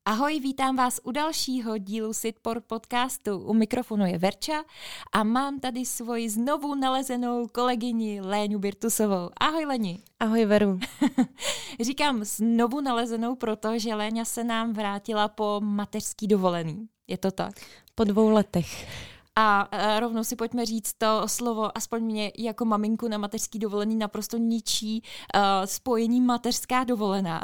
Ahoj, vítám vás u dalšího dílu Sitport podcastu. U mikrofonu je Verča a mám tady svoji znovu nalezenou kolegyni Léňu Birtusovou. Ahoj Leni. Ahoj Veru. Říkám znovu nalezenou, protože Léňa se nám vrátila po mateřský dovolený. Je to tak? Po 2 letech. A rovnou si pojďme říct to slovo, aspoň mě jako maminku na mateřský dovolený naprosto ničí spojení mateřská dovolená.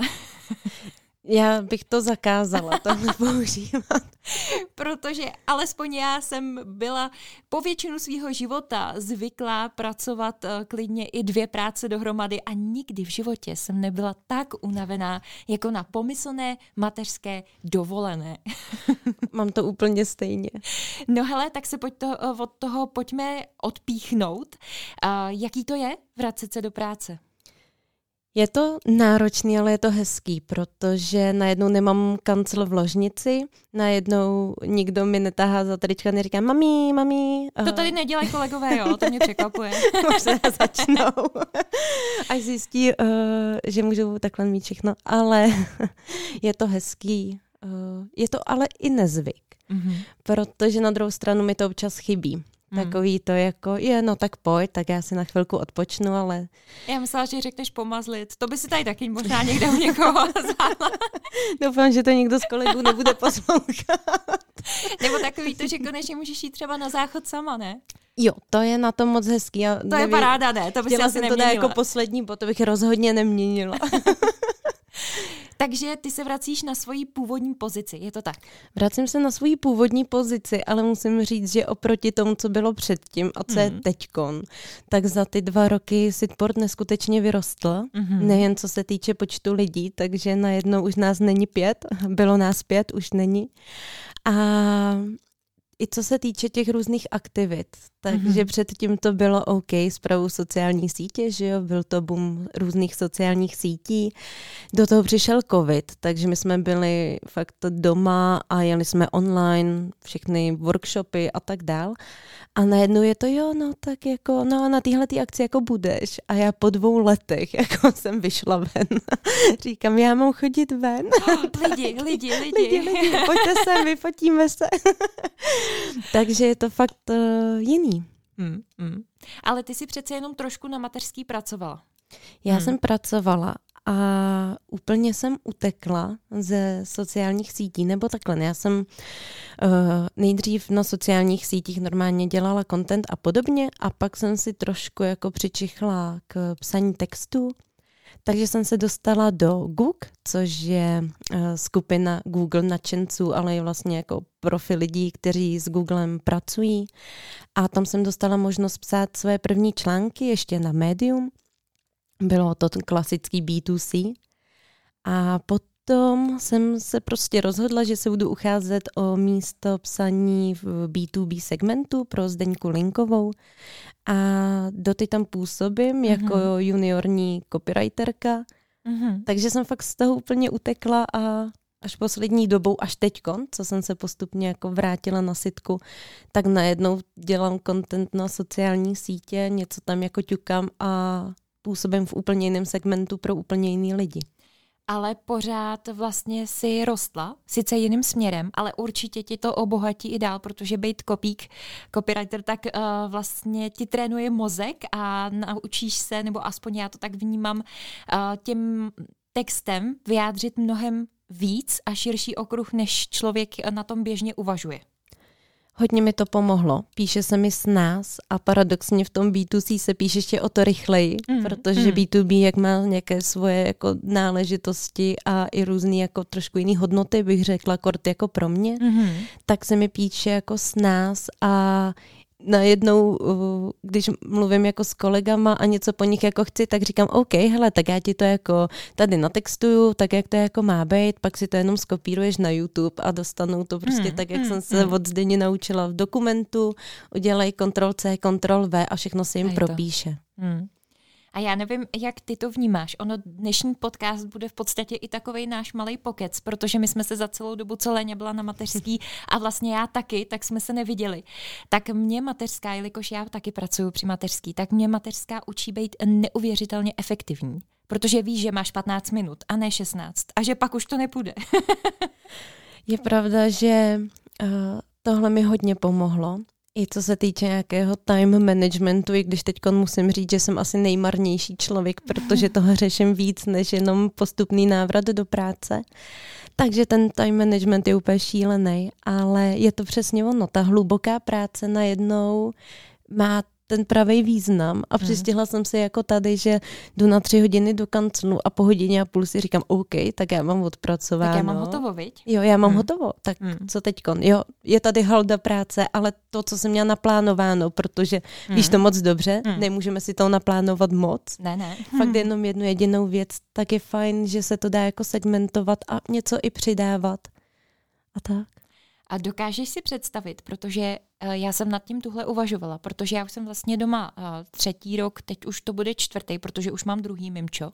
Já bych to zakázala, to nepoužívat. Protože alespoň já jsem byla po většinu svého života zvyklá pracovat klidně i 2 práce dohromady a nikdy v životě jsem nebyla tak unavená jako na pomyslné mateřské dovolené. Mám to úplně stejně. No hele, tak se od toho pojďme odpíchnout. Jaký to je vracet se do práce? Je to náročný, ale je to hezký, protože najednou nemám kancel v ložnici, najednou nikdo mi netahá za trička, neříká mami. To tady nedělají kolegové, jo, to mě překvapuje. Možná začnou, až zjistí, že můžou takhle mít všechno, ale je to hezký. Je to ale i nezvyk, protože na druhou stranu mi to občas chybí. Takový to jako, no tak pojď, tak já si na chvilku odpočnu, ale... Já myslela, že řekneš pomazlit. To by si tady taky možná někde u někoho vzala. Doufám, že to někdo z kolegů nebude poslouchat. Nebo takový to, že konečně můžeš jít třeba na záchod sama, ne? Jo, to je na tom moc hezký. To je paráda, ne? To by si asi neměnila. To jako poslední, bo to bych rozhodně neměnila. Takže ty se vracíš na svoji původní pozici, je to tak? Vracím se na svoji původní pozici, ale musím říct, že oproti tomu, co bylo předtím a co je teďkon, tak za ty 2 roky Sitport neskutečně vyrostl. Nejen co se týče počtu lidí, takže najednou už nás není 5, bylo nás 5, už není. A i co se týče těch různých aktivit, takže předtím to bylo OK, správu sociální sítě, že jo, byl to boom různých sociálních sítí. Do toho přišel covid, takže my jsme byli fakt doma a jeli jsme online, všechny workshopy a tak dál. A najednou je to tak jako, a na téhletý akci jako budeš. A já po 2 letech jako jsem vyšla ven. Říkám, já mám chodit ven. Lidi, pojďte sem, vyfotíme se. Takže je to fakt jiný. Ale ty jsi přece jenom trošku na mateřský pracovala. Já jsem pracovala a úplně jsem utekla ze sociálních sítí, nebo takhle. Já jsem nejdřív na sociálních sítích normálně dělala content a podobně a pak jsem si trošku jako přičichla k psaní textu. Takže jsem se dostala do GUG, což je skupina Google nadšenců, ale je vlastně jako profil lidí, kteří s Googlem pracují. A tam jsem dostala možnost psát své první články ještě na Medium. Bylo to klasický B2C. A potom jsem se prostě rozhodla, že se budu ucházet o místo psaní v B2B segmentu pro Zdeňku Linkovou. A doteď tam působím jako juniorní copywriterka. Takže jsem fakt z toho úplně utekla a až poslední dobou, až teďkon, co jsem se postupně jako vrátila na sitku, tak najednou dělám content na sociální sítě, něco tam jako ťukám a působím v úplně jiném segmentu pro úplně jiný lidi. Ale pořád vlastně si rostla, sice jiným směrem, ale určitě ti to obohatí i dál, protože být copywriter, tak vlastně ti trénuje mozek a naučíš se, nebo aspoň já to tak vnímám, tím textem vyjádřit mnohem víc a širší okruh, než člověk na tom běžně uvažuje. Hodně mi to pomohlo. Píše se mi s nás a paradoxně v tom B2C se píše ještě o to rychleji, protože B2B, jak má nějaké svoje jako náležitosti a i různý jako trošku jiný hodnoty, bych řekla, kort jako pro mě, tak se mi píše jako s nás a najednou, když mluvím jako s kolegama a něco po nich jako chci, tak říkám, OK, hele, tak já ti to jako tady natextuju, tak jak to jako má být, pak si to jenom skopíruješ na YouTube a dostanou to prostě tak, jak jsem se od Zdeně naučila v dokumentu, udělej Ctrl+C, Ctrl+V a všechno se jim propíše. A já nevím, jak ty to vnímáš. Ono dnešní podcast bude v podstatě i takovej náš malej pokec, protože my jsme se za celou dobu, co Léňa byla na mateřský a vlastně já taky, tak jsme se neviděli. Tak mě mateřská, jelikož já taky pracuju při mateřský, tak mě mateřská učí být neuvěřitelně efektivní. protože víš, že máš 15 minut a ne 16 a že pak už to nepůjde. Je pravda, že tohle mi hodně pomohlo. I co se týče nějakého time managementu, i když teď musím říct, že jsem asi nejmarnější člověk, protože toho řeším víc, než jenom postupný návrat do práce. Takže ten time management je úplně šílený, ale je to přesně ono. Ta hluboká práce najednou má ten pravý význam a přistihla jsem si jako tady, že jdu na 3 hodiny do kanclu a po hodině a půl si říkám, OK, tak já mám odpracováno. Tak já mám hotovo, viď? Jo, já mám hotovo, tak co teďkon? Jo, je tady halda práce, ale to, co jsem měla naplánováno, protože víš to moc dobře, nemůžeme si to naplánovat moc. Ne. Fakt jenom jednu jedinou věc, tak je fajn, že se to dá jako segmentovat a něco i přidávat. A tak. A dokážeš si představit, protože já jsem nad tím tuhle uvažovala, protože já už jsem vlastně doma 3. rok, teď už to bude 4., protože už mám 2. mimčo.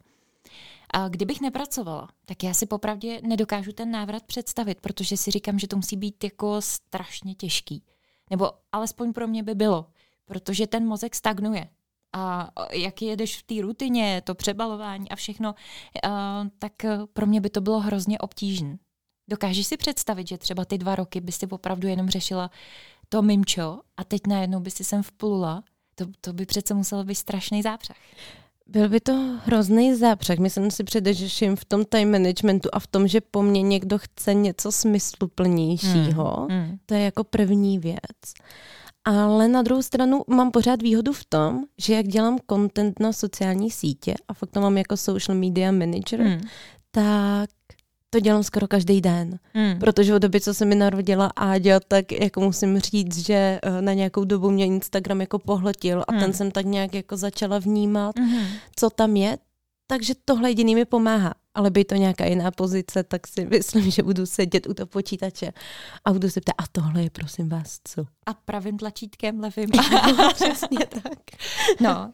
A kdybych nepracovala, tak já si popravdě nedokážu ten návrat představit, protože si říkám, že to musí být jako strašně těžký. Nebo alespoň pro mě by bylo, protože ten mozek stagnuje. A jak jedeš v té rutině, to přebalování a všechno, tak pro mě by to bylo hrozně obtížné. Dokážeš si představit, že třeba ty 2 roky bys si opravdu jenom řešila to mimčo a teď najednou bys si sem vplula? To by přece musel být strašný zápřah. Byl by to hrozný zápřah. Myslím si především v tom time managementu a v tom, že po mně někdo chce něco smysluplnějšího. To je jako první věc. Ale na druhou stranu mám pořád výhodu v tom, že jak dělám content na sociální sítě a fakt to mám jako social media manager, tak to dělám skoro každý den, protože od doby, co se mi narodila Áďa, tak jako musím říct, že na nějakou dobu mě Instagram jako pohltil a ten jsem tak nějak jako začala vnímat, co tam je, takže tohle jediný mi pomáhá. Ale by to nějaká jiná pozice, tak si myslím, že budu sedět u toho počítače a budu se ptát, a tohle je prosím vás co? A pravým tlačítkem, levým. Přesně tak. No,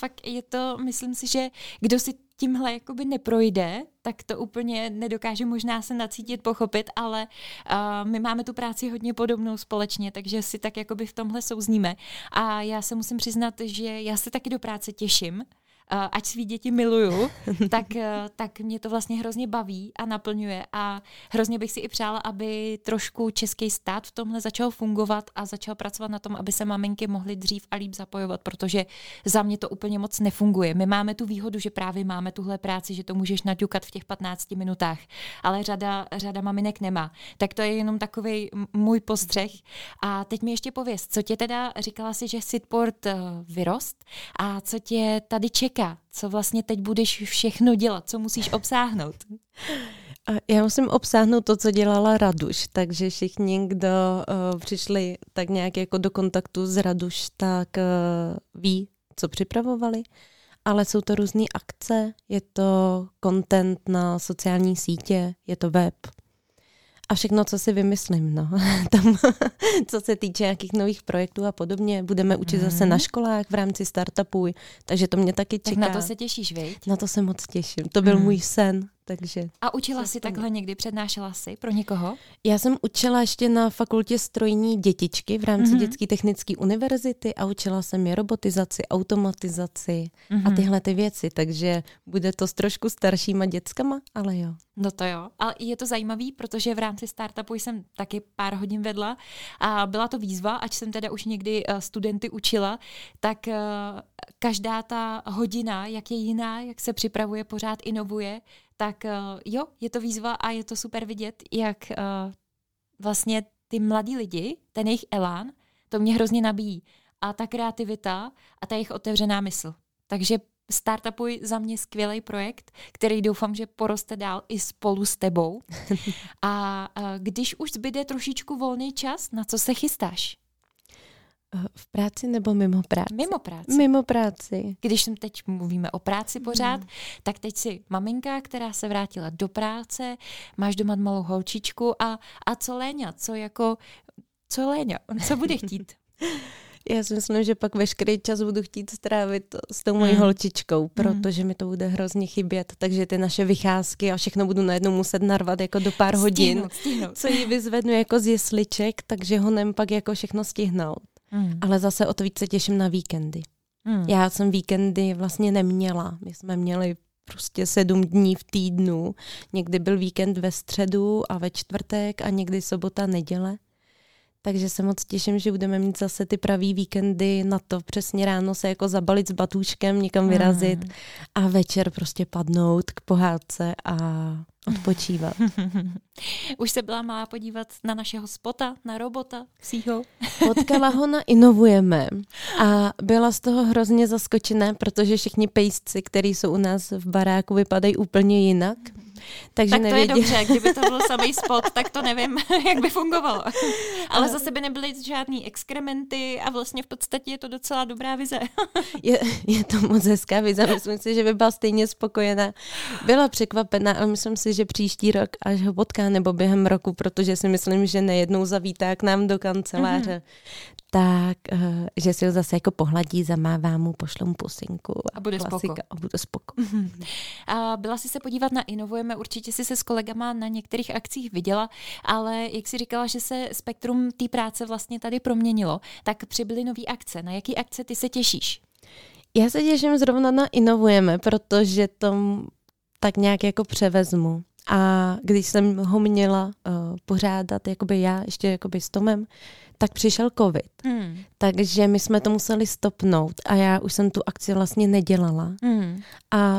myslím si, že kdo si tímhle jakoby neprojde, tak to úplně nedokáže možná se nacítit, pochopit, ale my máme tu práci hodně podobnou společně, takže si tak jakoby v tomhle souzníme. A já se musím přiznat, že já se taky do práce těším, ať svý děti miluju, tak mě to vlastně hrozně baví a naplňuje a hrozně bych si i přála, aby trošku český stát v tomhle začal fungovat a začal pracovat na tom, aby se maminky mohly dřív a líp zapojovat, protože za mě to úplně moc nefunguje. My máme tu výhodu, že právě máme tuhle práci, že to můžeš naťukat v těch 15 minutách, ale řada maminek nemá. Tak to je jenom takový můj postřeh. A teď mi ještě pověz, co tě teda, říkala si, že Sitport vyrost a co tě tady čeká? Co vlastně teď budeš všechno dělat? Co musíš obsáhnout? Já musím obsáhnout to, co dělala Raduš, takže všichni, kdo přišli tak nějak jako do kontaktu s Raduš, tak ví, co připravovali, ale jsou to různé akce, je to content na sociální sítě, je to web a všechno, co si vymyslím. No. Tam, co se týče nějakých nových projektů a podobně, budeme učit zase na školách v rámci startupů, takže to mě taky čeká. Tak na to se těšíš, viď? Na to se moc těším. To byl můj sen. Takže a učila jsi takhle někdy, přednášela jsi pro někoho? Já jsem učila ještě na fakultě strojní dětičky v rámci Dětské technické univerzity a učila jsem je robotizaci, automatizaci a tyhle ty věci, takže bude to s trošku staršíma dětskama, ale jo. No to jo, ale je to zajímavý, protože v rámci startupu jsem taky pár hodin vedla a byla to výzva, ať jsem teda už někdy studenty učila, tak každá ta hodina, jak je jiná, jak se připravuje, pořád inovuje, tak jo, je to výzva a je to super vidět, jak vlastně ty mladí lidi, ten jejich elán, to mě hrozně nabíjí. A ta kreativita a ta jejich otevřená mysl. Takže Startupuj za mě skvělý projekt, který doufám, že poroste dál i spolu s tebou. A když už zbyde trošičku volný čas, na co se chystáš? V práci nebo mimo práci? Mimo práci. Mimo práci. Když teď mluvíme o práci pořád, tak teď jsi maminka, která se vrátila do práce, máš doma malou holčičku a co Léňa? Co Léňa? Co bude chtít? Já si myslím, že pak veškerý čas budu chtít strávit s tou mojí holčičkou, protože mi to bude hrozně chybět, takže ty naše vycházky a všechno budu najednou muset narvat jako do pár hodin, co ji vyzvednu jako z jesliček, takže ho nem pak jako všechno stihnout. Ale zase o to víc se těším na víkendy. Já jsem víkendy vlastně neměla. My jsme měli prostě 7 dní v týdnu. Někdy byl víkend ve středu a ve čtvrtek a někdy sobota, neděle. Takže se moc těším, že budeme mít zase ty pravý víkendy na to přesně ráno se jako zabalit s batůčkem, někam vyrazit a večer prostě padnout k pohádce a odpočívat. Už se byla má podívat na našeho spota, na robota psího? Potkala ho na Inovujeme a byla z toho hrozně zaskočená, protože všichni pejsci, který jsou u nás v baráku, vypadají úplně jinak. Takže tak to je dobře, kdyby to byl samý spot, tak to nevím, jak by fungovalo. Ale zase by nebyly žádný exkrementy a vlastně v podstatě je to docela dobrá vize. Je to moc hezká vize, myslím si, že by byla stejně spokojená. Byla překvapená, ale myslím si, že příští rok, až ho potká, nebo během roku, protože si myslím, že nejednou zavítá k nám do kanceláře, tak, že si ho zase jako pohladí, zamává mu, pošle mu pusinku. A bude spoko. A bude spoko. A byla jsi se podívat na Inovujeme, určitě jsi se s kolegama na některých akcích viděla, ale jak jsi říkala, že se spektrum té práce vlastně tady proměnilo, tak přibyly nový akce. Na jaký akce ty se těšíš? Já se těším zrovna na Inovujeme, protože to tak nějak jako převezmu. A když jsem ho měla pořádat, jakoby já, ještě jakoby s Tomem, tak přišel covid. Takže my jsme to museli stopnout a já už jsem tu akci vlastně nedělala. A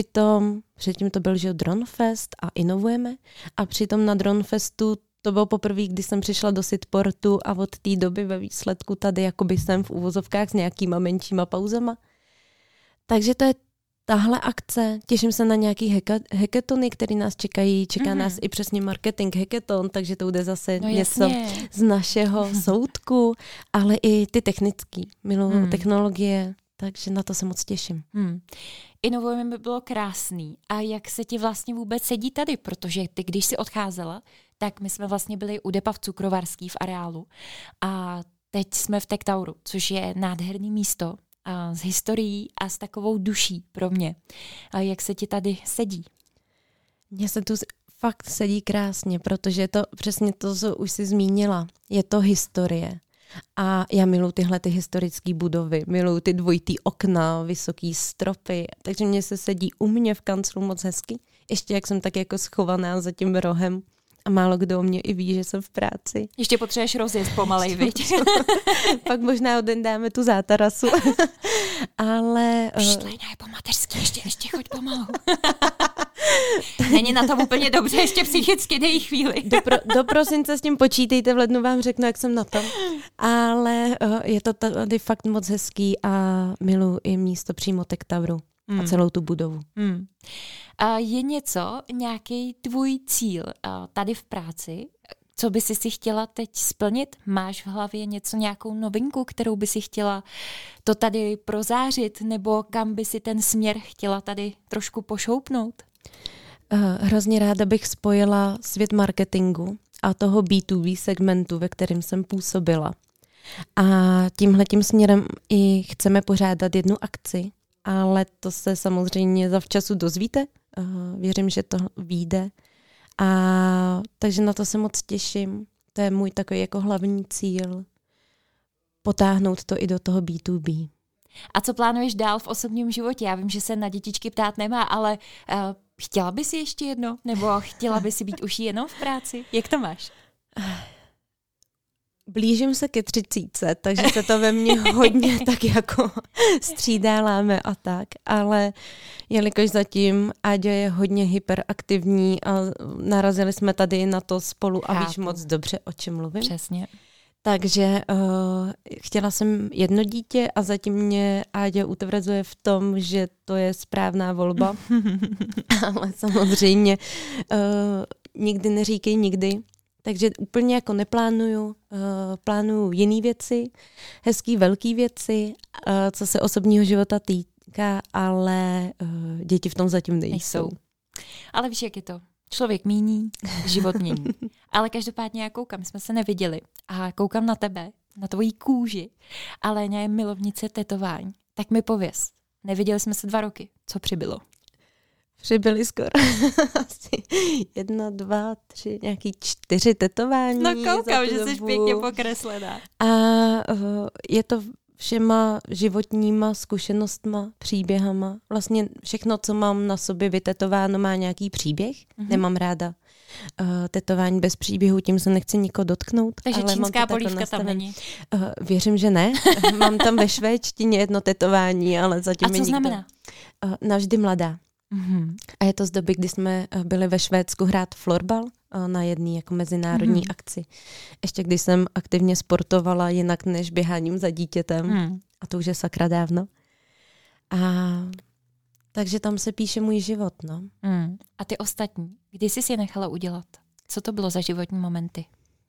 předtím to byl, že Dronfest a Inovujeme a přitom na Dronfestu to bylo poprvé, kdy jsem přišla do Sitportu a od té doby ve výsledku tady jakoby jsem v uvozovkách s nějakýma menšíma pauzama. Takže to je tahle akce, těším se na nějaký hackathony, které nás čekají. Čeká nás i přesně marketing hackathon, takže to bude zase něco z našeho soudku, ale i ty technický, miluju technologie, takže na to se moc těším. Inovujeme by bylo krásný. A jak se ti vlastně vůbec sedí tady? Protože ty, když jsi odcházela, tak my jsme vlastně byli u Depa v Cukrovarský v areálu a teď jsme v Tektauru, což je nádherný místo a s historií a s takovou duší pro mě. A jak se ti tady sedí? Mně se tu fakt sedí krásně, protože to přesně to, co už jsi zmínila, je to historie. A já miluji tyhle ty historické budovy, miluji ty dvojitý okna, vysoký stropy, takže mně se sedí u mě v kanclu moc hezky. Ještě jak jsem tak jako schovaná za tím rohem a málo kdo o mě i ví, že jsem v práci. Ještě potřebuješ rozjezd pomalej, viď? Pak možná odendáme tu zátarasu. Ale... Štlejna je po mateřský, ještě choď pomalu. Není na tom úplně dobře, ještě psychicky dej chvíli. Do prosince s tím počítejte, v lednu vám řeknu, jak jsem na tom. Ale je to tady fakt moc hezký a miluji i místo přímo Tektauru a celou tu budovu. Je nějaký tvůj cíl tady v práci, co by si chtěla teď splnit? Máš v hlavě nějakou novinku, kterou by si chtěla to tady prozářit, nebo kam by si ten směr chtěla tady trošku pošoupnout? Hrozně ráda bych spojila svět marketingu a toho B2B segmentu, ve kterém jsem působila. A tímhletím směrem i chceme pořádat jednu akci, ale to se samozřejmě zavčasu dozvíte. Věřím, že to vyjde. Takže na to se moc těším. To je můj takový jako hlavní cíl. Potáhnout to i do toho B2B. A co plánuješ dál v osobním životě? Já vím, že se na dětičky ptát nemá, ale chtěla by si ještě jedno? Nebo chtěla by si být už jenom v práci? Jak to máš? Blížím se ke 30, takže se to ve mně hodně tak jako střídáláme a tak, ale jelikož zatím Áďa je hodně hyperaktivní a narazili jsme tady na to spolu a víš moc dobře, o čem mluvím. Přesně. Takže chtěla jsem jedno dítě a zatím mě Áďa utvrzuje v tom, že to je správná volba, ale samozřejmě nikdy neříkej nikdy. Takže úplně jako neplánuju, plánuju jiné věci, hezký velký věci, co se osobního života týká, ale děti v tom zatím nejsou. Ale víš, jak je to? Člověk míní, život mění. Ale každopádně já koukám, jsme se neviděli a koukám na tebe, na tvojí kůži, ale Léňa je milovnice tetování. Tak mi pověz, neviděli jsme se 2 roky, co přibylo? Přibyly skoro asi 1, 2, 3, nějaký 4 tetování. No koukám, že jsi pěkně pokreslená. A je to všema životníma zkušenostma, příběhama. Vlastně všechno, co mám na sobě vytetováno, má nějaký příběh. Nemám ráda tetování bez příběhu, tím se nechci nikoho dotknout. Takže ale čínská polívka tam není? Věřím, že ne. Mám tam ve švédštině jedno tetování, ale zatím a co znamená? Navždy mladá. A je to z doby, kdy jsme byli ve Švédsku hrát florbal na jedné jako mezinárodní akci. Ještě když jsem aktivně sportovala jinak než běháním za dítětem. A to už je sakra dávno. A takže tam se píše můj život. No. A ty ostatní, kdy jsi je nechala udělat? Co to bylo za životní momenty?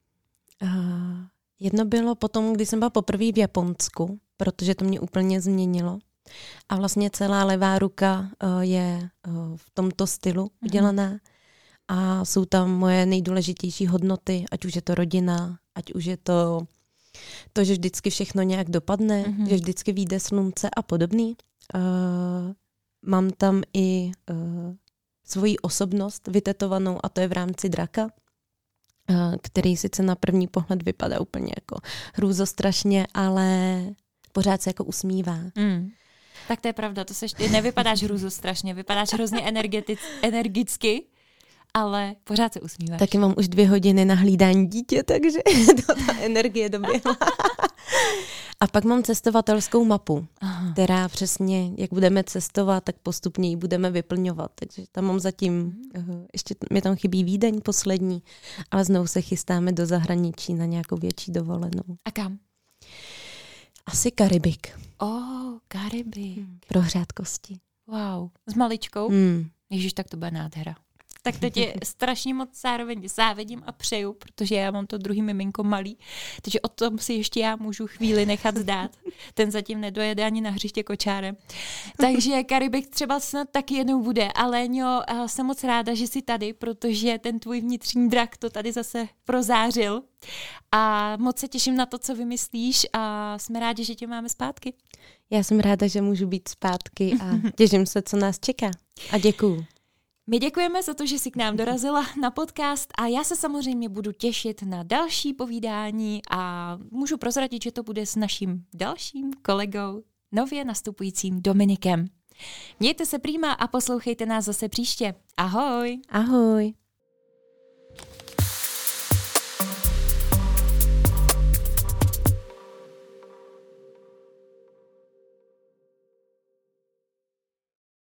Jedno bylo potom, kdy jsem byla poprvé v Japonsku, protože to mě úplně změnilo. A vlastně celá levá ruka je v tomto stylu udělaná. A jsou tam moje nejdůležitější hodnoty, ať už je to rodina, ať už je to, že vždycky všechno nějak dopadne, že vždycky vyjde slunce a podobný. Mám tam i svoji osobnost vytetovanou a to je v rámci draka, který sice na první pohled vypadá úplně jako hrůzostrašně, ale pořád se jako usmívá. Tak to je pravda, nevypadáš hrůzostrašně, vypadáš hrozně energicky, ale pořád se usmíváš. Taky mám už 2 hodiny na hlídání dítě, takže ta energie doběhla. A pak mám cestovatelskou mapu, která přesně, jak budeme cestovat, tak postupně ji budeme vyplňovat. Takže tam mám zatím, ještě mi tam chybí Vídeň poslední, ale znovu se chystáme do zahraničí na nějakou větší dovolenou. A kam? Asi Karibik. Karibik. Prohřát kosti. Wow. S maličkou? Ježiš, tak to bude nádhera. Tak teď je strašně moc zároveň závidím a přeju, protože já mám to druhý miminko malý, takže o tom si ještě já můžu chvíli nechat zdát. Ten zatím nedojede ani na hřiště kočárem. Takže Karibik třeba snad taky jednou bude. A Léňo, jsem moc ráda, že jsi tady, protože ten tvůj vnitřní drak to tady zase prozářil. A moc se těším na to, co vymyslíš a jsme rádi, že tě máme zpátky. Já jsem ráda, že můžu být zpátky a těším se, co nás čeká. A děkuju. My děkujeme za to, že jsi k nám dorazila na podcast a já se samozřejmě budu těšit na další povídání a můžu prozradit, že to bude s naším dalším kolegou, nově nastupujícím Dominikem. Mějte se prýma a poslouchejte nás zase příště. Ahoj! Ahoj!